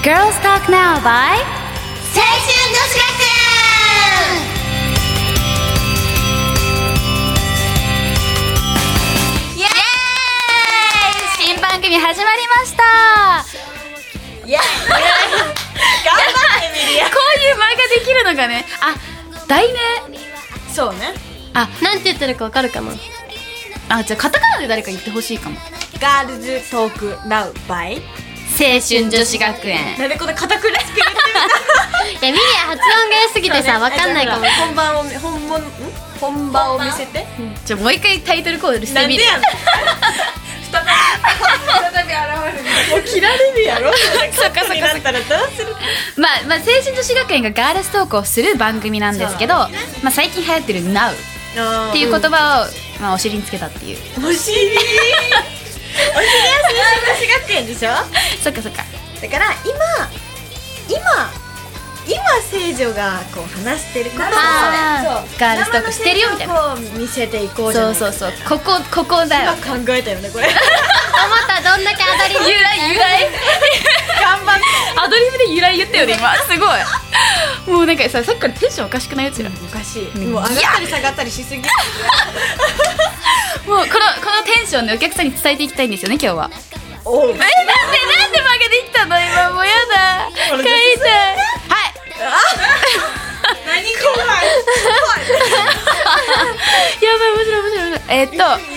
Girls Talk Now by 青春女子学園。イエーイ、新番組始まりました。 イエーイ頑張ってみるや。 こういう間ができるのがね、あ、題名。 そうね。 あ、なんて言ってるかわかるかな。 あ、じゃあカタカナで誰か言ってほしいかも。 ガールズトークナウバイ青春女子学園。 なんでこんな堅苦しく言ってみいや、ミリア発音が良すぎてさ、わかんないかも。 本番を見せて。 じゃあもう一回タイトルコールしてみる。 なんでやねん。再び現れる。もう切られるやろ。 そっかそっか。 になったらどうする。 まあ青春女子学園がガールズトークをする番組なんですけど、まあ最近流行ってる Now っていう言葉を、まあ、お尻につけたっていう。 お尻は青春女子学園でしょ。 そっかそっか。 だから今聖女がこう話してることをあーガールズトークしてるよみたいな。 こう見せていこうじゃない。 そうそうそう。ここだよ。 今考えたよねこれ。 思ったどんだけアドリブ。 由来頑張って。 アドリブで由来言ったよね今。すごい。もうなんかさっきからテンションおかしくないやつら。 おかしい。もう上がったり下がったりしすぎ。 もうこのテンションでお客さんに伝えていきたいんですよね今日は。 おう。 なんで曲げてきたの今。もうやだ。帰りたい。はい。 何怖い。 やばい、面白い。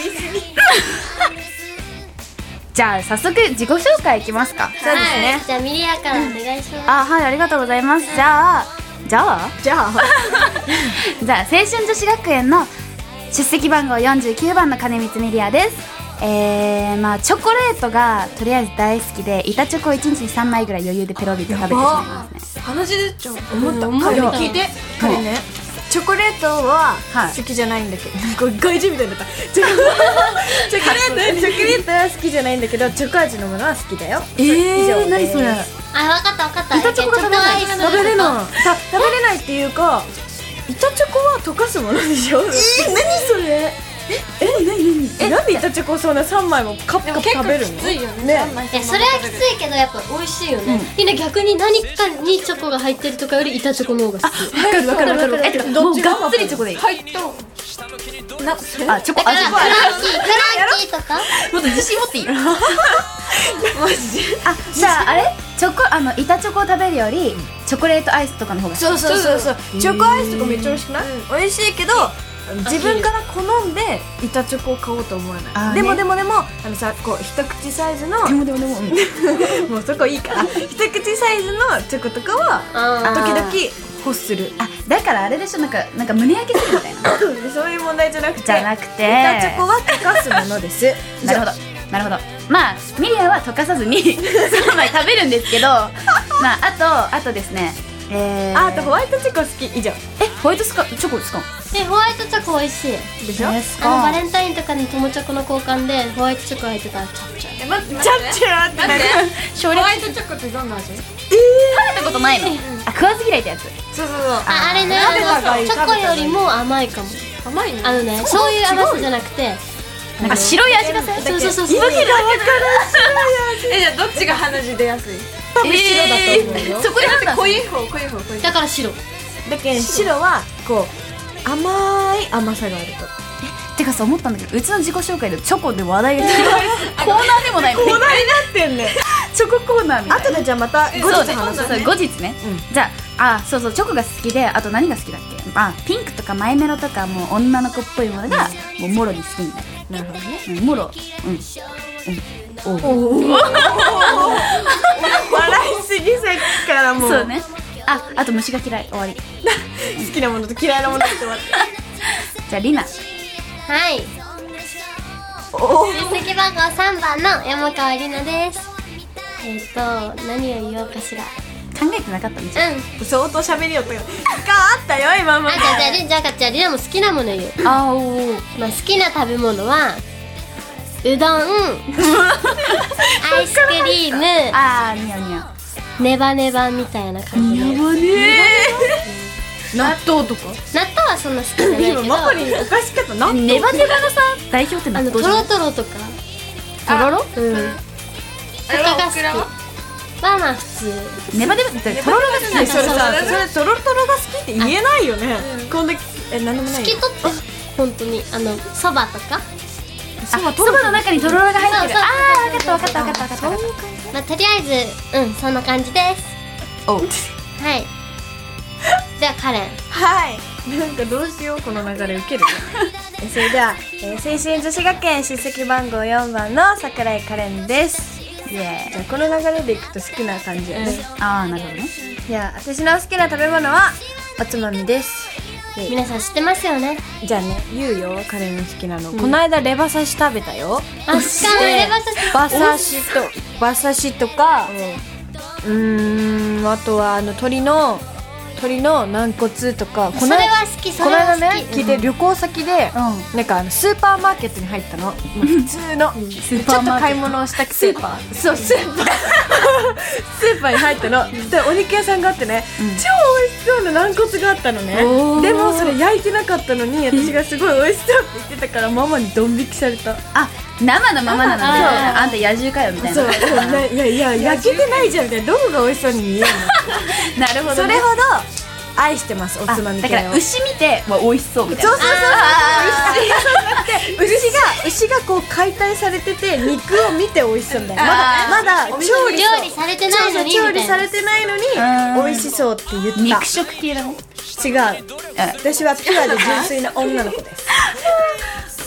じゃあ早速自己紹介いきますか。 そうですね。 じゃあミリアからお願いします。 あ、はい、ありがとうございます。じゃあじゃあじゃあ青春女子学園の出席番号49番の金光ミリアです。まあチョコレートがとりあえず大好きで、板チョコを1日に3枚ぐらい余裕でペロリと食べてしまいますね。 話でちょ思った。 思った彼聞いて。彼ね。チョコレートは好きじゃないんだけど、これ外人みたいになった。チョコレートは好きじゃないんだけど、チョコ味のものは好きだよ。以上です。 何それ。 あ、わかったわかった。 板チョコが食べれない。 チョコアイス食べれない。食べれないっていうか、板チョコは溶かすものでしょ。何それ。なんで板チョコをそんな3枚もカップ食べるの。きついよね。 それはきついけどやっぱ美味しいよね。みんな逆に何かにチョコが入ってるとかより板チョコの方が好き。 わかる。もうがっつりチョコでいい。 入っと。 あ、チョコ味。 だからクランキーとか。 もっと自信持っていい。 マジで。 あ、じゃああれ板チョコを食べるよりチョコレートアイスとかの方が好き。 そうチョコアイスとかめっちゃ美味しくない？美味しいけど自分から好んで板チョコを買おうと思わない。でもさ、こう一口サイズのでももうそこいいから一口サイズのチョコとかは時々欲する。 あ、だからあれでしょ、なんか胸焼けするみたいな。 そういう問題じゃなくて板チョコは溶かすものです。 なるほど。まあミリアは溶かさずに3枚食べるんですけど、まああとですね、 あとホワイトチョコ好き。以上。 ホワイトチョコですか。 ホワイトチョコ美味しいでしょ。 バレンタインとかに友チョコの交換でホワイトチョコ入ってたらチャッチャ。 チャッチャーってなる。 ホワイトチョコってどんな味？食べたことないの。あ、食わず嫌いってやつ。 そうあれね、チョコよりも甘いかも。 甘いね。 そういう甘さじゃなくてなんか白い味がする。 そう意味が分からん。じゃあどっちが鼻血出やすい？多分白だと思うよ。 そこで判断。 濃い方。 だから白だけど白はこう甘い甘さがあると。 てかさ、思ったんだけど、うちの自己紹介でチョコで話題が広がるコーナーでもないの。 コーナーになってんね。 チョココーナーみたいな。 後でじゃあまた後日話そうね。 後日ね。じゃあそうチョコが好きで、あと何が好きだっけ。ピンクとかマイメロとか、もう女の子っぽいものがもうもろに好きになる。 なるほどね。 もろ。 笑いすぎさっきからもう。 そうね。あと虫が嫌い。終わり。 好きなものと嫌いなものって終わって。 じゃあリナ。 はい。出席番号3番の山川里奈です。何を言おうかしら。 考えてなかったんじゃん。 相当喋りよったから。あったよ今まで。 じゃあ里奈も好きなもの言う。好きな食べ物はうどん、アイスクリーム、 ニャネバネバみたいな感じで。 納豆とか。 納豆はそんな好きじゃないけど。 マコリンおかしかった。納豆。 ネバネバのさ代表って納豆じゃん。 トロトロとか。 とろろ？ とかが好き。 はまあ普通。 ネバネバってとろろが好きなの。 それトロトロが好きって言えないよね。こんだけなんでもないよ。 透き通って本当にそばとか。 そばの中にとろろが入ってる。 そうああ、分かった。 まあとりあえずそんな感じです。 おう。 はい。ではカレン。 はい。なんかどうしようこの流れ受ける。それでは、青春女子学園出席番号4番の桜井カレンです。じゃあこの流れでいくと好きな感じやね。 ああ、なるほどね。 じゃあ私の好きな食べ物はおつまみです。 皆さん知ってますよね。 じゃあね、言うよ、カレンの好きなの。この間レバ刺し食べたよ。 あ、しかもレバ刺し。 馬刺しとか、あとは鶏の軟骨とか。 それは好き。 この間ね、聞いて旅行先でなんかスーパーマーケットに入ったの。普通のちょっと買い物をしたくて、スーパーに入ったの。でお肉屋さんがあってね、超美味しそうな軟骨があったのね。でもそれ焼いてなかったのに、私がすごい美味しそうって言ってたからママにドン引きされた。 あ、生のままなので、あんた野獣かよみたいな。 そう、いや焼けてないじゃんみたいな。どこが美味しそうに見えるの。 なるほど。 それほど愛してます、おつまみ系を。 だから牛見て美味しそうみたいな。 そう牛がこう解体されてて肉を見て美味しそうみたいな。まだ調理されてないのに調理されてないのに美味しそうって言った。 肉食系だね。 違う、私はピュアで純粋な女の子です。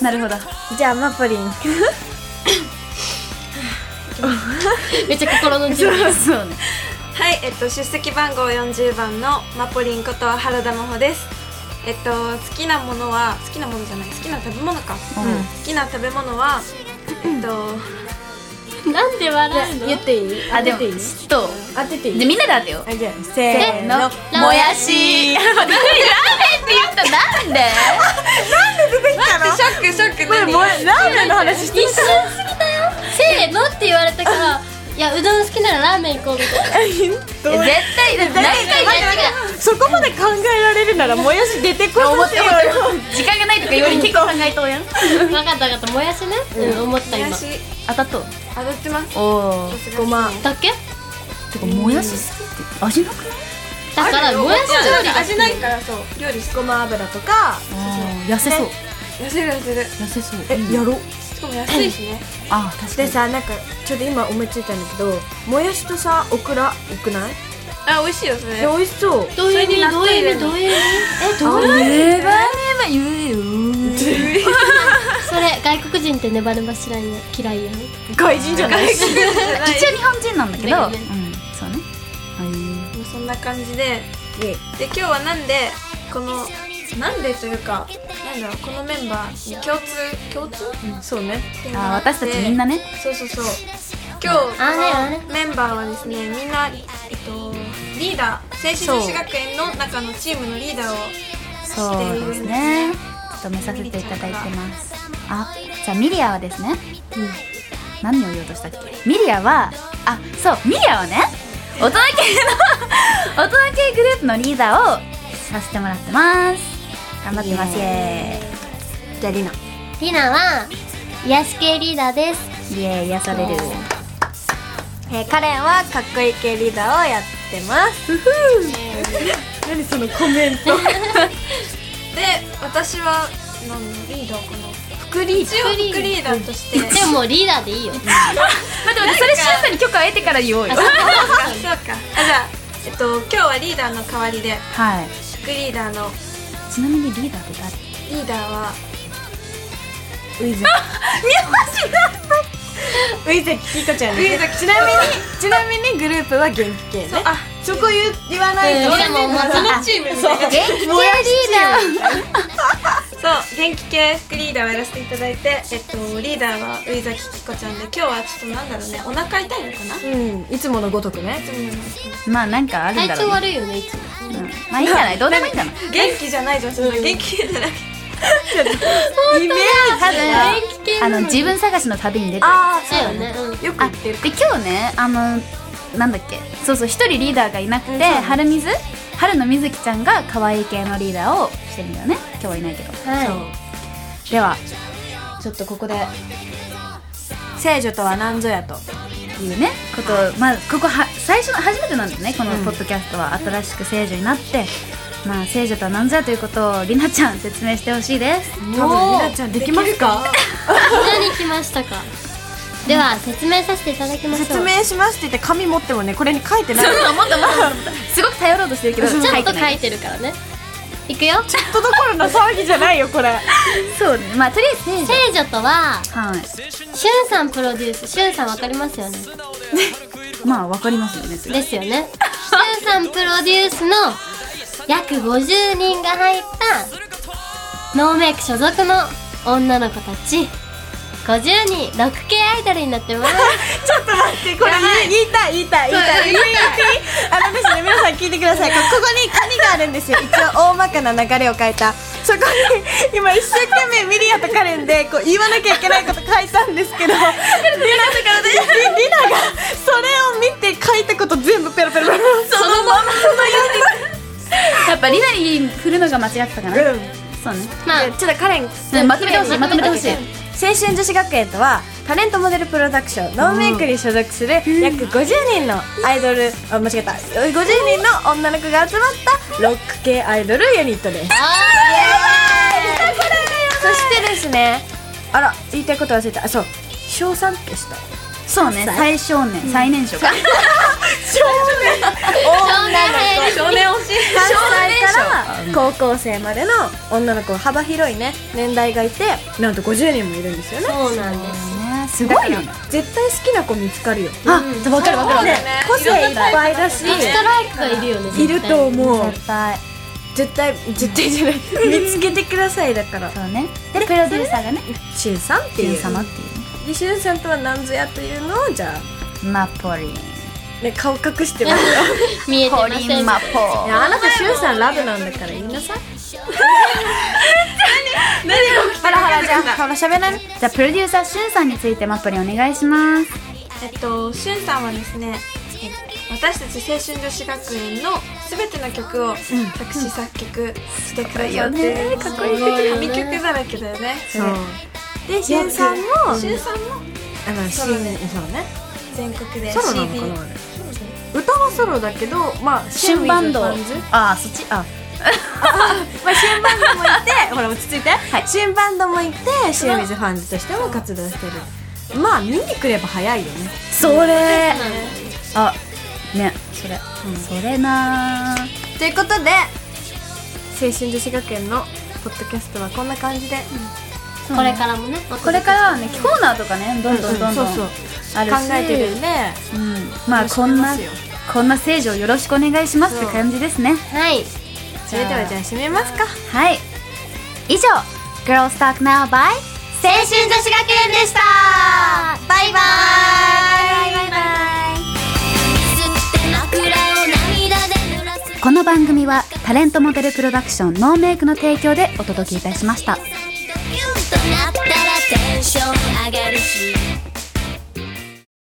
なるほど。 じゃあマポリン。 めっちゃ心の準備。 そうね。 はい、出席番号40番のマポリンこと原田真帆です。好きなものじゃない、好きな食べ物か。好きな食べ物はなんで笑うの？ 言っていい？ あ、でもと当てていい？ でみんなで当てよう。 じゃあせーの、 もやし。ラーメンって言ったなんで？ 出てきたの？ ショック何？ ラーメンの話して一瞬すぎたよ。せーのって言われたから、いやうどん好きならラーメン行こうみたいな。 絶対だって何回や違う。 そこまで考えられるならもやし出てこさせようよ。 時間がないとか言われ結構考えとうやん。 分かったもやしね。思った今。 当たっとう。 当たってます。 おお。 ごまだっけ？ てかもやし好きって味なくない？ だからもやし料理が味ないから、そう料理ごま油とか。 痩せそう。 痩せる痩せそう。 やろう。 しかも安いしね。 あ、確かに。 でさ、なんかちょっと今思いついたんだけど、もやしとさオクラよくない？ あ、美味しいよそれ。 美味しそう。 どういう意味？ どうネバネバ言えよ。 それ外国人ってネバネバ嫌いやん。 外人じゃないし。 一応日本人なんだけど、そうね。 そんな感じで、今日はなんでというか、なんだろう、このメンバーに共通？ そうね。 私たちみんなね。 そう今日このメンバーはですね、みんなリーダー、青春女子学園の中のチームのリーダーをしているんですね。 務めさせていただいてます。あ、じゃあミリアはですね、何を言おうとしたっけ？ミリアはね、大人系グループのリーダーをさせてもらってます。頑張ってます。イエーイ。じゃあリナは癒し系リーダーです。 イエーイ、癒される。 カレンはかっこいい系リーダーをやってます。何そのコメント。 で、私はリーダーかな。副リーダーとして。 でももうリーダーでいいよ。 待って、それシュンさんに許可を得てから言おうよ。 そうか。じゃあ今日はリーダーの代わりで、副リーダーの。 ちなみにリーダーって誰？ リーダーはウイザキキコちゃんです。ちなみにグループは元気系ね。そこ言わないと。 でももうそのチームみたいな。元気系リーダー。 そう、元気系副リーダーをやらせていただいて、リーダーは上崎きこちゃんで、今日はちょっとなんだろうね、お腹痛いのかな？ いつものごとくね。 まあなんかあるんだろうね。 体調悪いよね、いつも。 まあいいんじゃない？どうでもいいんじゃない？ 元気じゃないじゃん、そんな元気系じゃなくて。 イメージ自分探しの旅に出てる。 そうよね。 よく言ってる。 で今日ね、なんだっけ、そう一人リーダーがいなくて、春のみずきちゃんが可愛い系のリーダーをしてるんだよね。今日はいないけど。ではちょっとここで聖女とは何ぞやというねことを、まあここは最初の初めてなんですね、このポッドキャストは。新しく聖女になって、まあ聖女とは何ぞやということをりなちゃん説明してほしいです。 多分りなちゃんできますか？ 何来ましたか？では説明させていただきましょう。 説明しますって言って紙持ってもね、これに書いてない。 もっとすごく頼ろうとしてるけどちょっと書ないいてるからね。いくよ。 ちょっとどころの騒ぎじゃないよこれ。 そうね、まあとりあえず聖女とははいしゅんさんプロデュース、しゅんさんわかりますよね。 まあわかりますよね。 ですよね。しゅんさんプロデュースの約50人が入ったノーメイク所属の女の子たち50人、ロック系アイドルになってます。 ちょっと待って、これ言いたいですね、皆さん聞いてください。ここに紙があるんですよ。一応大まかな流れを書いた。そこに今一生懸命ミリアとカレンでこう言わなきゃいけないこと書いたんですけど、リナがそれを見て書いたこと全部ペロペロそのままやっぱリナに振るのが間違ってたかな。そうね。 まあちょっとカレンまとめてほしい、まとめてほしい。 青春女子学園とはタレントモデルプロダクションノーメイクに所属する約50人のアイドル、間違えた、50人の女の子が集まったロック系アイドルユニットです。そしてですね、あら言いたいこと忘れた。そう、小3でした。 そうね、最少年、最年少か。 少年推し。 3歳から高校生までの女の子幅広いね年代がいて、なんと50人もいるんですよね。 そうなんですね、すごいよね。 絶対好きな子見つかるよ。 あ、わかるわかる。 個性いっぱいだしストライクがいるよね。 いると思う。 絶対絶対じゃない見つけてください。だからそうね。でプロデューサーがね、 しゅんさんっていう様っていうね。 でしゅんさんとは何ぞやというのをじゃマポリン、 ね、顔隠してますよ。 見えてません。 ポリンマポいや、あなたしゅんさんラブなんだから言いなさい。ほらじゃあほら喋らない。 じゃあプロデューサーしゅんさんについてマポリンお願いします。 しゅんさんはですね、私たち青春女子学園のすべての曲を作詞作曲してくださってる、 かっこいいね。 神曲だらけだよね。 そうでしゅんさんもそうね、 全国でソロなの CD かなあれ。歌はソロだけど、まあシュンバンド、 シュンウィズファンズあ、そっち、あ、 まあ、シュンバンドもいてほら落ち着いて、シュンバンドもいてシュンウィズファンズとしても活動してる。まあ見に来れば早いよね。 それ、あ、ね、それ、それなー。 ということで青春女子学園のポッドキャストはこんな感じで、 これからもね。 これからはね、コーナーとかね、どんどんそうそうあるし、 考えてるんで、 まあこんな聖女をよろしくお願いしますって感じですね。 はい。 それではじゃあ締めますか。 はい、以上 Girls Talk Now by 青春女子学園でした。バイバイ。この番組はタレントモデルプロダクションノーメイクの提供でお届けいたしました。 となったらテンション上がるし